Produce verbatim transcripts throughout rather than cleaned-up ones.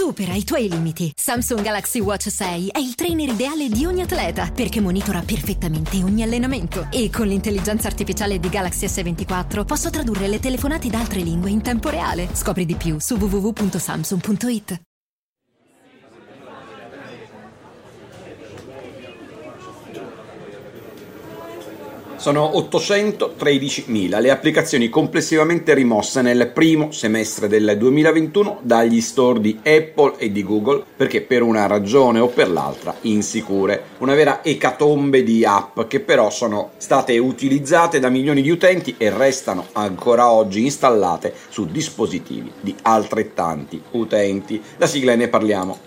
Supera i tuoi limiti. Samsung Galaxy Watch sei è il trainer ideale di ogni atleta perché monitora perfettamente ogni allenamento. E con l'intelligenza artificiale di Galaxy S ventiquattro posso tradurre le telefonate da altre lingue in tempo reale. Scopri di più su w w w punto samsung punto i t. Sono ottocentotredicimila le applicazioni complessivamente rimosse nel primo semestre del duemilaventuno dagli store di Apple e di Google perché per una ragione o per l'altra insicure. Una vera ecatombe di app che però sono state utilizzate da milioni di utenti e restano ancora oggi installate su dispositivi di altrettanti utenti. La sigla e ne parliamo.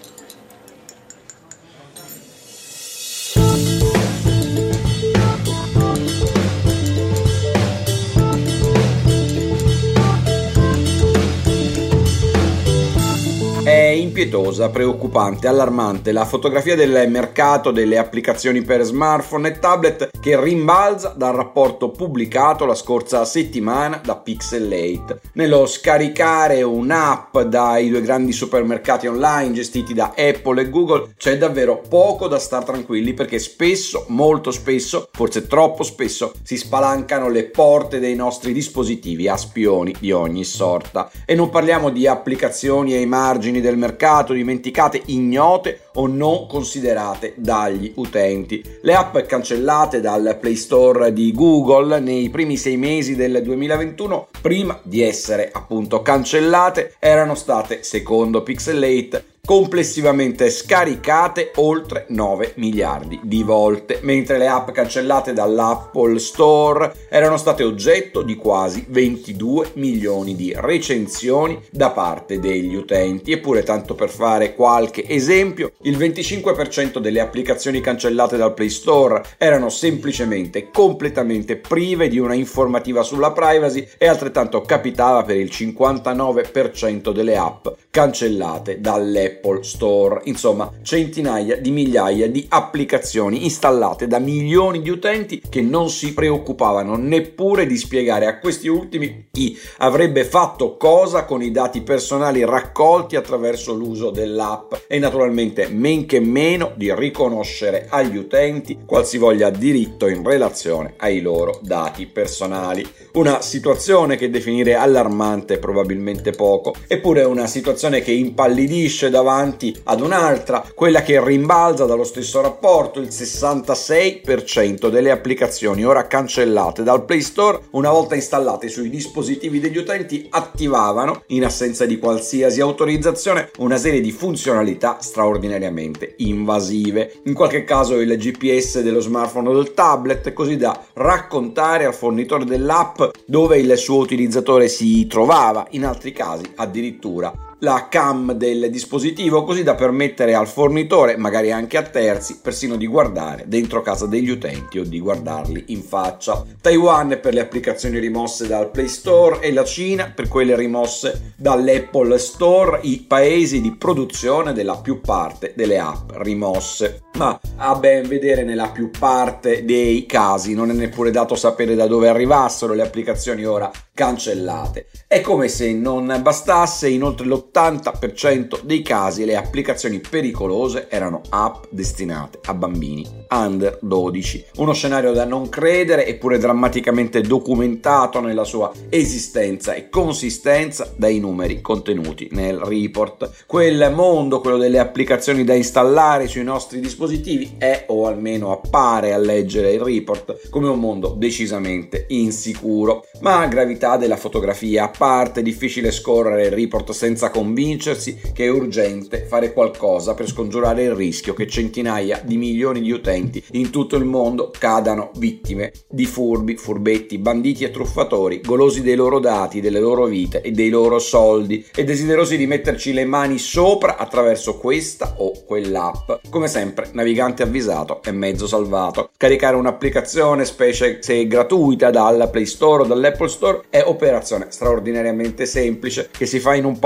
È impietosa, preoccupante, allarmante la fotografia del mercato delle applicazioni per smartphone e tablet che rimbalza dal rapporto pubblicato la scorsa settimana da Pixellate. Nello scaricare un'app dai due grandi supermercati online gestiti da Apple e Google c'è davvero poco da star tranquilli perché spesso, molto spesso, forse troppo spesso, si spalancano le porte dei nostri dispositivi a spioni di ogni sorta. E non parliamo di applicazioni ai margini del mercato dimenticate, ignote o non considerate dagli utenti. Le app cancellate dal Play Store di Google nei primi sei mesi del duemilaventuno, prima di essere appunto cancellate, erano state, secondo Pixellate, complessivamente scaricate oltre nove miliardi di volte, mentre le app cancellate dall'Apple Store erano state oggetto di quasi ventidue milioni di recensioni da parte degli utenti. Eppure, tanto per fare qualche esempio, il venticinque per cento delle applicazioni cancellate dal Play Store erano semplicemente completamente prive di una informativa sulla privacy e altrettanto capitava per il cinquantanove per cento delle app cancellate dall'Apple Apple Store. Insomma, centinaia di migliaia di applicazioni installate da milioni di utenti che non si preoccupavano neppure di spiegare a questi ultimi chi avrebbe fatto cosa con i dati personali raccolti attraverso l'uso dell'app e naturalmente men che meno di riconoscere agli utenti qualsivoglia diritto in relazione ai loro dati personali. Una situazione che definire allarmante probabilmente poco, eppure una situazione che impallidisce davanti ad un'altra, quella che rimbalza dallo stesso rapporto. Il sessantasei per cento delle applicazioni ora cancellate dal Play Store, una volta installate sui dispositivi degli utenti, attivavano, in assenza di qualsiasi autorizzazione, una serie di funzionalità straordinariamente invasive. In qualche caso il G P S dello smartphone o del tablet, così da raccontare al fornitore dell'app dove il suo utilizzatore si trovava, in altri casi addirittura la cam del dispositivo, così da permettere al fornitore, magari anche a terzi, persino di guardare dentro casa degli utenti o di guardarli in faccia. Taiwan per le applicazioni rimosse dal Play Store e la Cina per quelle rimosse dall'Apple Store, i paesi di produzione della più parte delle app rimosse. Ma a ben vedere, nella più parte dei casi non è neppure dato sapere da dove arrivassero le applicazioni ora cancellate. È come se non bastasse, in oltre l'ottanta per cento dei casi le applicazioni pericolose erano app destinate a bambini under dodici. Uno scenario da non credere, eppure drammaticamente documentato nella sua esistenza e consistenza dai numeri contenuti nel report. Quel mondo, quello delle applicazioni da installare sui nostri dispositivi, è, o almeno appare a leggere il report, come un mondo decisamente insicuro. Ma a gravità della fotografia a parte, difficile scorrere il report senza convincersi che è urgente fare qualcosa per scongiurare il rischio che centinaia di milioni di utenti in tutto il mondo cadano vittime di furbi, furbetti, banditi e truffatori, golosi dei loro dati, delle loro vite e dei loro soldi e desiderosi di metterci le mani sopra attraverso questa o quell'app. Come sempre, navigante avvisato e mezzo salvato. Caricare un'applicazione, specie se gratuita, dal Play Store o dall'Apple Store è operazione straordinariamente semplice che si fa in un paio di tasti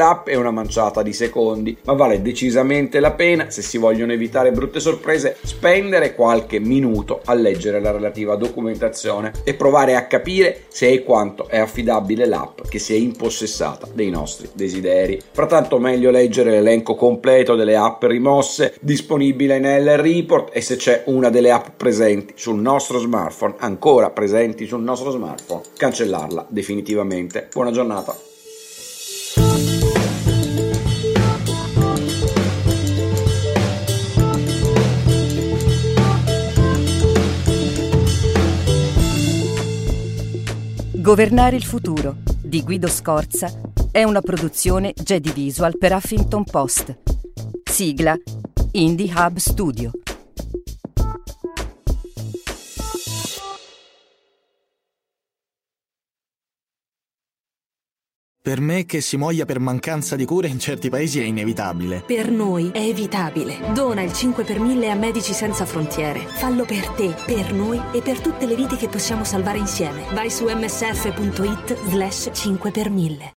app è una manciata di secondi, ma vale decisamente la pena, se si vogliono evitare brutte sorprese, spendere qualche minuto a leggere la relativa documentazione e provare a capire se e quanto è affidabile l'app che si è impossessata dei nostri desideri. Frattanto meglio leggere l'elenco completo delle app rimosse disponibile nel report e se c'è una delle app presenti sul nostro smartphone, ancora presenti sul nostro smartphone, cancellarla definitivamente. Buona giornata. Governare il futuro di Guido Scorza è una produzione Jedi Visual per Huffington Post. Sigla Indie Hub Studio. Per me che si muoia per mancanza di cure in certi paesi è inevitabile. Per noi è evitabile. Dona il cinque per mille a Medici Senza Frontiere. Fallo per te, per noi e per tutte le vite che possiamo salvare insieme. Vai su msf punto it slash cinque per mille.